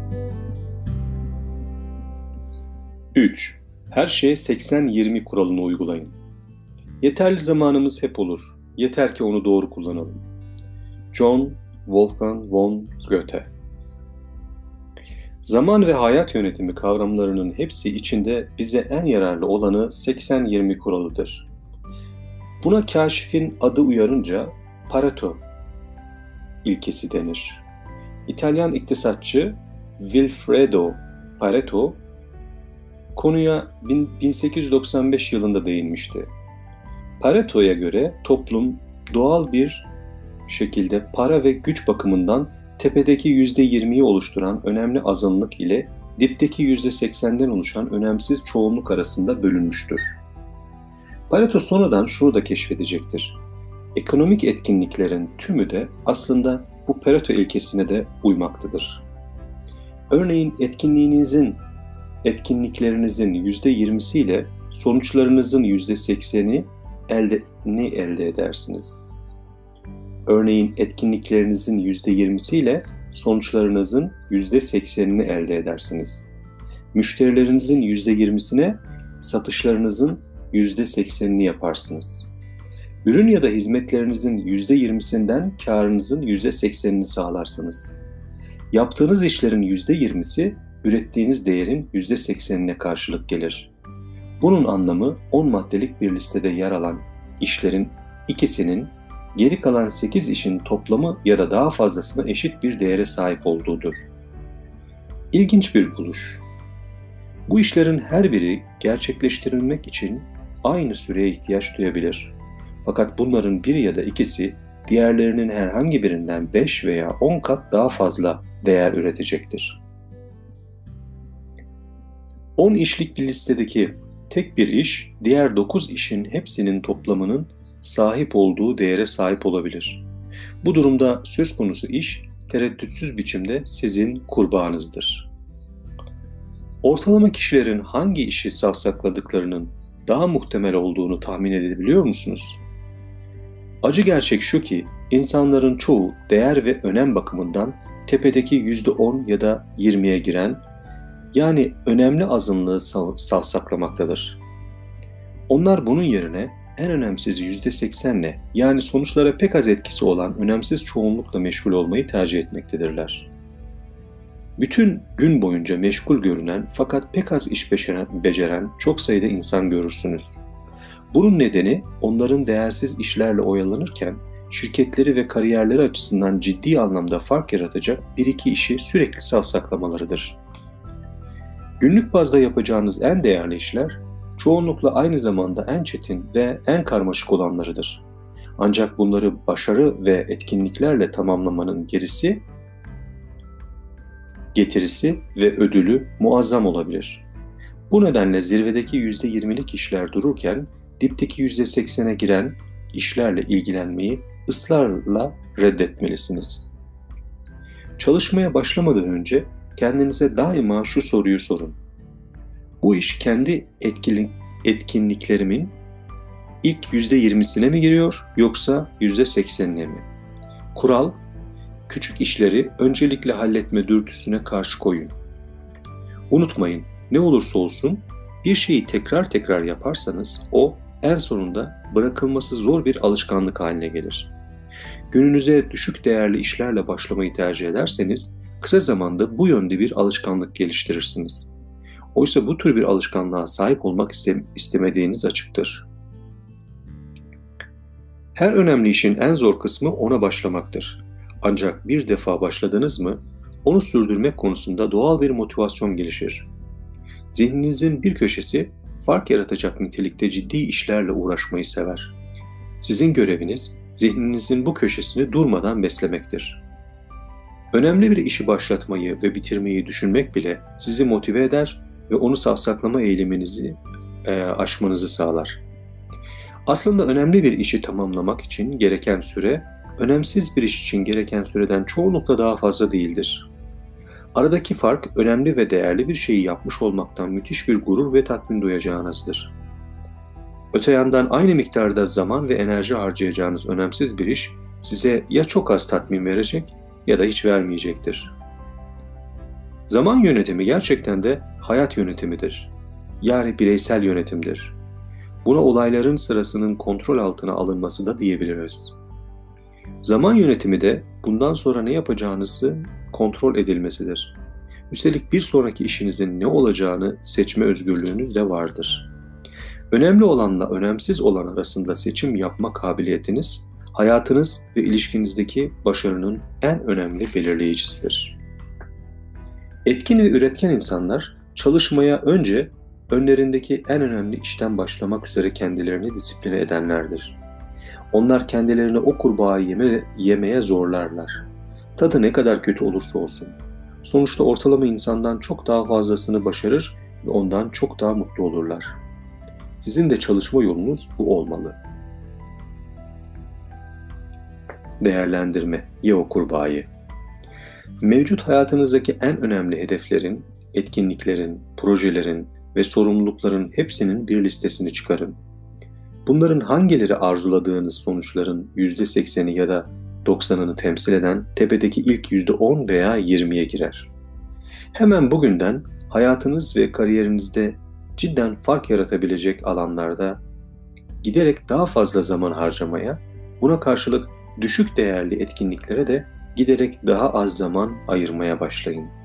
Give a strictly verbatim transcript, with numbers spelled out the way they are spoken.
üç. Her şeye seksen yirmi kuralını uygulayın. Yeterli zamanımız hep olur. Yeter ki onu doğru kullanalım. John Wolfgang von Goethe. Zaman ve hayat yönetimi kavramlarının hepsi içinde bize en yararlı olanı seksen yirmi kuralıdır. Buna kaşifin adı uyarınca Pareto ilkesi denir. İtalyan iktisatçı Vilfredo Pareto konuya bin sekiz yüz doksan beş yılında değinmişti. Pareto'ya göre toplum doğal bir şekilde para ve güç bakımından tepedeki yüzde yirmiyi oluşturan önemli azınlık ile dipteki yüzde seksenden oluşan önemsiz çoğunluk arasında bölünmüştür. Pareto sonradan şunu da keşfedecektir. Ekonomik etkinliklerin tümü de aslında bu Pareto ilkesine de uymaktadır. Örneğin etkinliğinizin, etkinliklerinizin yüzde yirmisiyle sonuçlarınızın yüzde sekseni elde, ne elde edersiniz? Örneğin etkinliklerinizin yüzde yirmisiyle sonuçlarınızın yüzde seksenini elde edersiniz. Müşterilerinizin yüzde yirmisine satışlarınızın yüzde seksenini yaparsınız. Ürün ya da hizmetlerinizin yüzde yirmisinden karınızın yüzde seksenini sağlarsınız. Yaptığınız işlerin yüzde yirmisi ürettiğiniz değerin yüzde seksenine karşılık gelir. Bunun anlamı on maddelik bir listede yer alan işlerin ikisinin geri kalan sekiz işin toplamı ya da daha fazlasına eşit bir değere sahip olduğudur. İlginç bir buluş. Bu işlerin her biri gerçekleştirilmek için aynı süreye ihtiyaç duyabilir. Fakat bunların biri ya da ikisi diğerlerinin herhangi birinden beş veya on kat daha fazla değer üretecektir. on işlik bir listedeki tek bir iş, diğer dokuz işin hepsinin toplamının sahip olduğu değere sahip olabilir. Bu durumda söz konusu iş, tereddütsüz biçimde sizin kurbanınızdır. Ortalama kişilerin hangi işi savsakladıklarının daha muhtemel olduğunu tahmin edebiliyor musunuz? Acı gerçek şu ki, insanların çoğu değer ve önem bakımından tepedeki yüzde on ya da yirmiye giren, yani önemli azınlığı savsaklamaktadır. Onlar bunun yerine en önemsiz yüzde seksenle, yani sonuçlara pek az etkisi olan önemsiz çoğunlukla meşgul olmayı tercih etmektedirler. Bütün gün boyunca meşgul görünen fakat pek az iş beceren çok sayıda insan görürsünüz. Bunun nedeni onların değersiz işlerle oyalanırken şirketleri ve kariyerleri açısından ciddi anlamda fark yaratacak bir iki işi sürekli savsaklamalarıdır. Günlük bazda yapacağınız en değerli işler, çoğunlukla aynı zamanda en çetin ve en karmaşık olanlarıdır. Ancak bunları başarı ve etkinliklerle tamamlamanın gerisi, getirisi ve ödülü muazzam olabilir. Bu nedenle zirvedeki yüzde yirmilik işler dururken, dipteki yüzde seksene giren işlerle ilgilenmeyi ısrarla reddetmelisiniz. Çalışmaya başlamadan önce kendinize daima şu soruyu sorun. Bu iş kendi etkinlik, etkinliklerimin ilk yüzde yirmisine mi giriyor yoksa yüzde seksenine mi? Kural, küçük işleri öncelikle halletme dürtüsüne karşı koyun. Unutmayın, ne olursa olsun bir şeyi tekrar tekrar yaparsanız o en sonunda bırakılması zor bir alışkanlık haline gelir. Gününüze düşük değerli işlerle başlamayı tercih ederseniz kısa zamanda bu yönde bir alışkanlık geliştirirsiniz. Oysa bu tür bir alışkanlığa sahip olmak istemediğiniz açıktır. Her önemli işin en zor kısmı ona başlamaktır. Ancak bir defa başladınız mı, onu sürdürmek konusunda doğal bir motivasyon gelişir. Zihninizin bir köşesi fark yaratacak nitelikte ciddi işlerle uğraşmayı sever. Sizin göreviniz, zihninizin bu köşesini durmadan beslemektir. Önemli bir işi başlatmayı ve bitirmeyi düşünmek bile sizi motive eder ve onu savsaklama eğiliminizi e, aşmanızı sağlar. Aslında önemli bir işi tamamlamak için gereken süre, önemsiz bir iş için gereken süreden çoğunlukla daha fazla değildir. Aradaki fark, önemli ve değerli bir şeyi yapmış olmaktan müthiş bir gurur ve tatmin duyacağınızdır. Öte yandan aynı miktarda zaman ve enerji harcayacağınız önemsiz bir iş, size ya çok az tatmin verecek ya da hiç vermeyecektir. Zaman yönetimi gerçekten de hayat yönetimidir. Yani bireysel yönetimdir. Buna olayların sırasının kontrol altına alınması da diyebiliriz. Zaman yönetimi de bundan sonra ne yapacağınızı kontrol edilmesidir. Üstelik bir sonraki işinizin ne olacağını seçme özgürlüğünüz de vardır. Önemli olanla önemsiz olan arasında seçim yapma kabiliyetiniz, hayatınız ve ilişkinizdeki başarının en önemli belirleyicisidir. Etkin ve üretken insanlar çalışmaya önce önlerindeki en önemli işten başlamak üzere kendilerini disipline edenlerdir. Onlar kendilerini o kurbağayı yeme, yemeye zorlarlar. Tadı ne kadar kötü olursa olsun. Sonuçta ortalama insandan çok daha fazlasını başarır ve ondan çok daha mutlu olurlar. Sizin de çalışma yolunuz bu olmalı. Değerlendirme, ye o kurbağayı. Mevcut hayatınızdaki en önemli hedeflerin, etkinliklerin, projelerin ve sorumlulukların hepsinin bir listesini çıkarın. Bunların hangileri arzuladığınız sonuçların yüzde sekseni ya da doksanını temsil eden tepedeki ilk yüzde on veya yirmiye girer. Hemen bugünden hayatınız ve kariyerinizde cidden fark yaratabilecek alanlarda giderek daha fazla zaman harcamaya, buna karşılık düşük değerli etkinliklere de giderek daha az zaman ayırmaya başlayın.